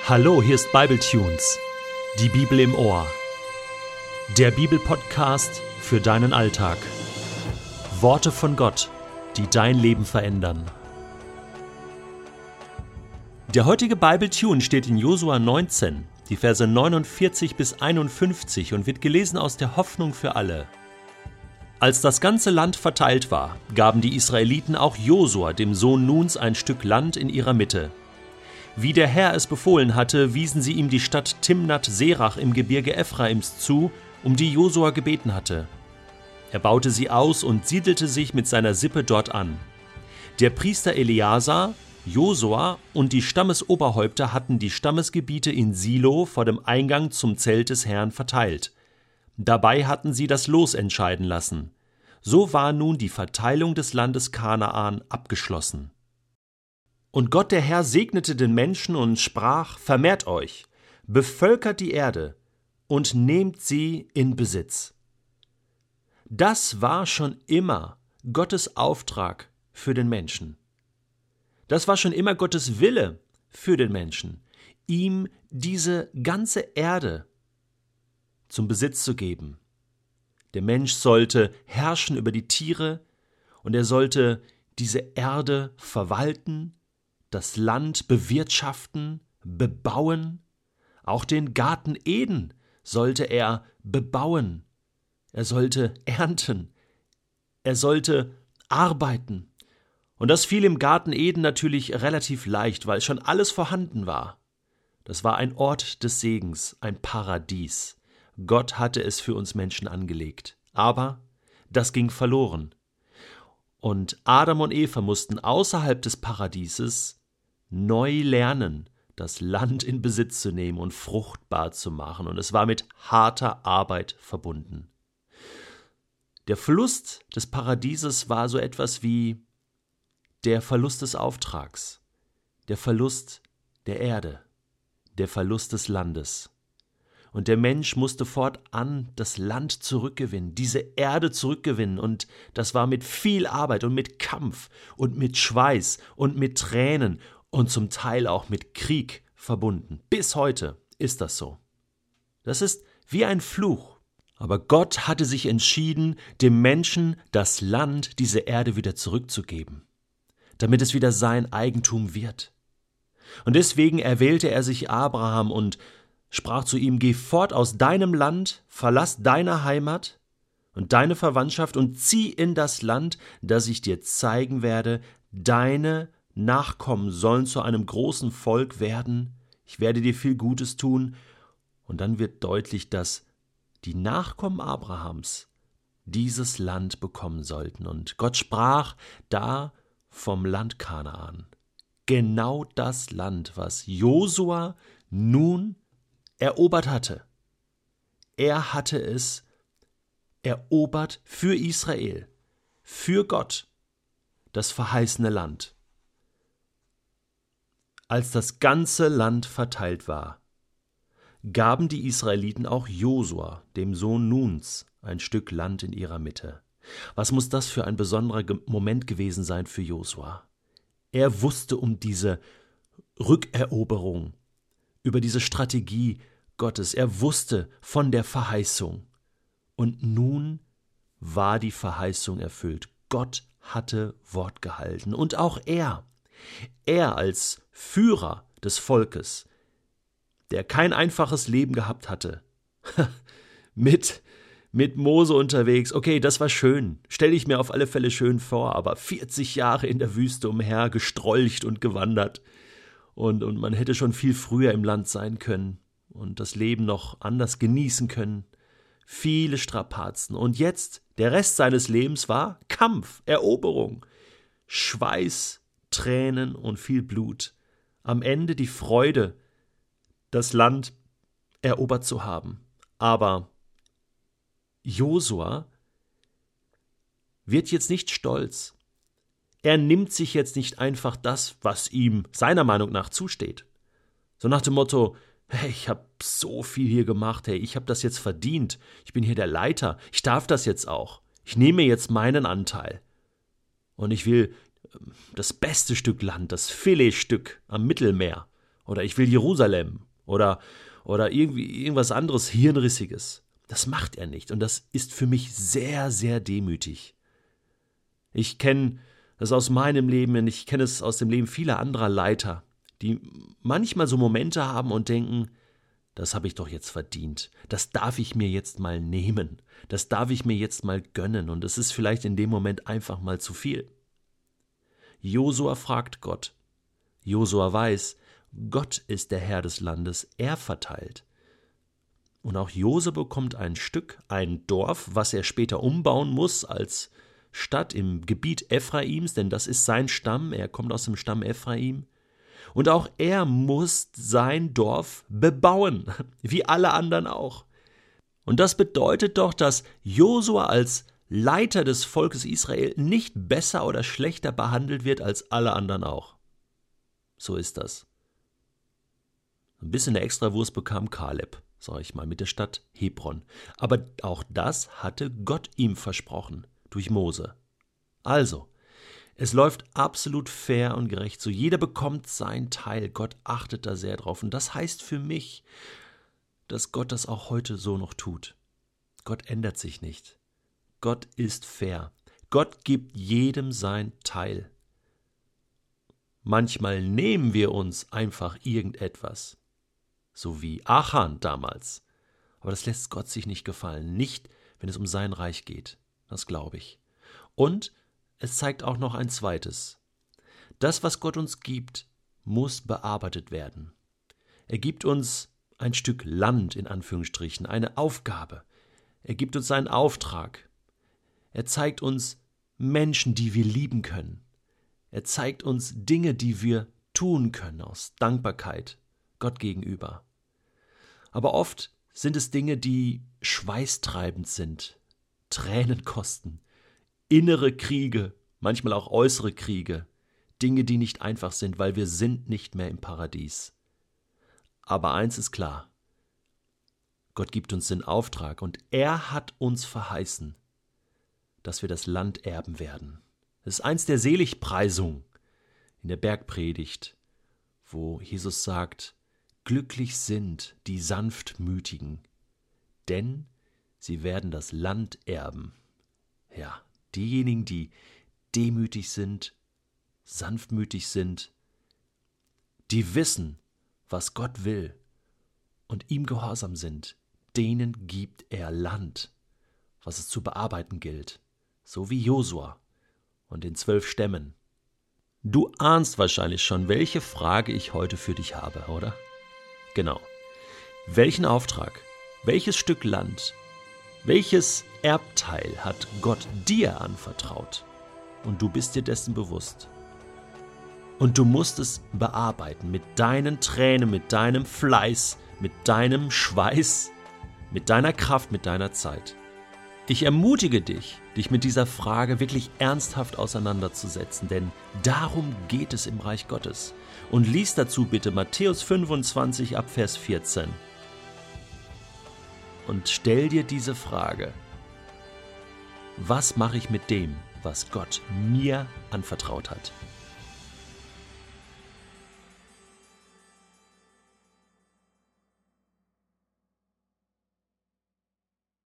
Hallo, hier ist Bibletunes, die Bibel im Ohr. Der Bibelpodcast für deinen Alltag. Worte von Gott, die dein Leben verändern. Der heutige Bibletune steht in Josua 19, die Verse 49 bis 51 und wird gelesen aus der Hoffnung für alle. Als das ganze Land verteilt war, gaben die Israeliten auch Josua, dem Sohn Nuns, ein Stück Land in ihrer Mitte. Wie der Herr es befohlen hatte, wiesen sie ihm die Stadt Timnat-Serach im Gebirge Ephraims zu, um die Josua gebeten hatte. Er baute sie aus und siedelte sich mit seiner Sippe dort an. Der Priester Eleazar, Josua und die Stammesoberhäupter hatten die Stammesgebiete in Silo vor dem Eingang zum Zelt des Herrn verteilt. Dabei hatten sie das Los entscheiden lassen. So war nun die Verteilung des Landes Kanaan abgeschlossen. Und Gott der Herr segnete den Menschen und sprach: Vermehrt euch, bevölkert die Erde und nehmt sie in Besitz. Das war schon immer Gottes Auftrag für den Menschen. Das war schon immer Gottes Wille für den Menschen, ihm diese ganze Erde zum Besitz zu geben. Der Mensch sollte herrschen über die Tiere und er sollte diese Erde verwalten, das Land bewirtschaften, bebauen. Auch den Garten Eden sollte er bebauen. Er sollte ernten. Er sollte arbeiten. Und das fiel im Garten Eden natürlich relativ leicht, weil schon alles vorhanden war. Das war ein Ort des Segens, ein Paradies. Gott hatte es für uns Menschen angelegt. Aber das ging verloren. Und Adam und Eva mussten außerhalb des Paradieses neu lernen, das Land in Besitz zu nehmen und fruchtbar zu machen. Und es war mit harter Arbeit verbunden. Der Verlust des Paradieses war so etwas wie der Verlust des Auftrags, der Verlust der Erde, der Verlust des Landes. Und der Mensch musste fortan das Land zurückgewinnen, diese Erde zurückgewinnen. Und das war mit viel Arbeit und mit Kampf und mit Schweiß und mit Tränen und zum Teil auch mit Krieg verbunden. Bis heute ist das so. Das ist wie ein Fluch. Aber Gott hatte sich entschieden, dem Menschen das Land, diese Erde wieder zurückzugeben, damit es wieder sein Eigentum wird. Und deswegen erwählte er sich Abraham und sprach zu ihm: Geh fort aus deinem Land, verlass deine Heimat und deine Verwandtschaft und zieh in das Land, das ich dir zeigen werde. Deine Nachkommen sollen zu einem großen Volk werden. Ich werde dir viel Gutes tun. Und dann wird deutlich, dass die Nachkommen Abrahams dieses Land bekommen sollten. Und Gott sprach da vom Land Kanaan. Genau das Land, was Josua nun erobert hatte. Er hatte es erobert für Israel, für Gott, das verheißene Land. Als das ganze Land verteilt war, gaben die Israeliten auch Josua, dem Sohn Nuns, ein Stück Land in ihrer Mitte. Was muss das für ein besonderer Moment gewesen sein für Josua? Er wusste um diese Rückeroberung, über diese Strategie Gottes. Er wusste von der Verheißung. Und nun war die Verheißung erfüllt. Gott hatte Wort gehalten. Und auch er als Führer des Volkes, der kein einfaches Leben gehabt hatte, mit Mose unterwegs, okay, das war schön, stelle ich mir auf alle Fälle schön vor, aber 40 Jahre in der Wüste umher gestrolcht und gewandert und man hätte schon viel früher im Land sein können und das Leben noch anders genießen können, viele Strapazen und jetzt, der Rest seines Lebens war Kampf, Eroberung, Schweiß, Tränen und viel Blut. Am Ende die Freude, das Land erobert zu haben. Aber Josua wird jetzt nicht stolz. Er nimmt sich jetzt nicht einfach das, was ihm seiner Meinung nach zusteht. So nach dem Motto: Hey, ich habe so viel hier gemacht, hey, ich habe das jetzt verdient. Ich bin hier der Leiter, ich darf das jetzt auch. Ich nehme jetzt meinen Anteil. Und ich will das beste Stück Land, das Filetstück am Mittelmeer. oder ich will Jerusalem oder irgendwas anderes Hirnrissiges. Das macht er nicht und das ist für mich sehr, sehr demütig. Ich kenne das aus meinem Leben und ich kenne es aus dem Leben vieler anderer Leiter, die manchmal so Momente haben und denken, das habe ich doch jetzt verdient, das darf ich mir jetzt mal nehmen, das darf ich mir jetzt mal gönnen und es ist vielleicht in dem Moment einfach mal zu viel. Josua fragt Gott. Josua weiß, Gott ist der Herr des Landes, er verteilt. Und auch Jose bekommt ein Stück, ein Dorf, was er später umbauen muss als Stadt im Gebiet Ephraims, denn das ist sein Stamm, er kommt aus dem Stamm Ephraim. Und auch er muss sein Dorf bebauen, wie alle anderen auch. Und das bedeutet doch, dass Josua als Leiter des Volkes Israel nicht besser oder schlechter behandelt wird als alle anderen auch. So ist das. Ein bisschen eine Extrawurst bekam Kaleb, sage ich mal, mit der Stadt Hebron. Aber auch das hatte Gott ihm versprochen, durch Mose. Also, es läuft absolut fair und gerecht so. Jeder bekommt sein Teil. Gott achtet da sehr drauf. Und das heißt für mich, dass Gott das auch heute so noch tut. Gott ändert sich nicht. Gott ist fair. Gott gibt jedem sein Teil. Manchmal nehmen wir uns einfach irgendetwas. So wie Achan damals. Aber das lässt Gott sich nicht gefallen. Nicht, wenn es um sein Reich geht. Das glaube ich. Und es zeigt auch noch ein zweites. Das, was Gott uns gibt, muss bearbeitet werden. Er gibt uns ein Stück Land, in Anführungsstrichen, eine Aufgabe. Er gibt uns einen Auftrag. Er zeigt uns Menschen, die wir lieben können. Er zeigt uns Dinge, die wir tun können aus Dankbarkeit Gott gegenüber. Aber oft sind es Dinge, die schweißtreibend sind, Tränen kosten, innere Kriege, manchmal auch äußere Kriege, Dinge, die nicht einfach sind, weil wir sind nicht mehr im Paradies. Aber eins ist klar, Gott gibt uns den Auftrag und er hat uns verheißen, dass wir das Land erben werden. Das ist eins der Seligpreisungen in der Bergpredigt, wo Jesus sagt, glücklich sind die Sanftmütigen, denn sie werden das Land erben. Ja, diejenigen, die demütig sind, sanftmütig sind, die wissen, was Gott will und ihm gehorsam sind, denen gibt er Land, was es zu bearbeiten gilt, so wie Josua und den 12 Stämmen. Du ahnst wahrscheinlich schon, welche Frage ich heute für dich habe, oder? Genau. Welchen Auftrag, welches Stück Land, welches Erbteil hat Gott dir anvertraut? Und du bist dir dessen bewusst. Und du musst es bearbeiten mit deinen Tränen, mit deinem Fleiß, mit deinem Schweiß, mit deiner Kraft, mit deiner Zeit. Ich ermutige dich, dich mit dieser Frage wirklich ernsthaft auseinanderzusetzen, denn darum geht es im Reich Gottes. Und lies dazu bitte Matthäus 25 ab Vers 14. Und stell dir diese Frage: Was mache ich mit dem, was Gott mir anvertraut hat?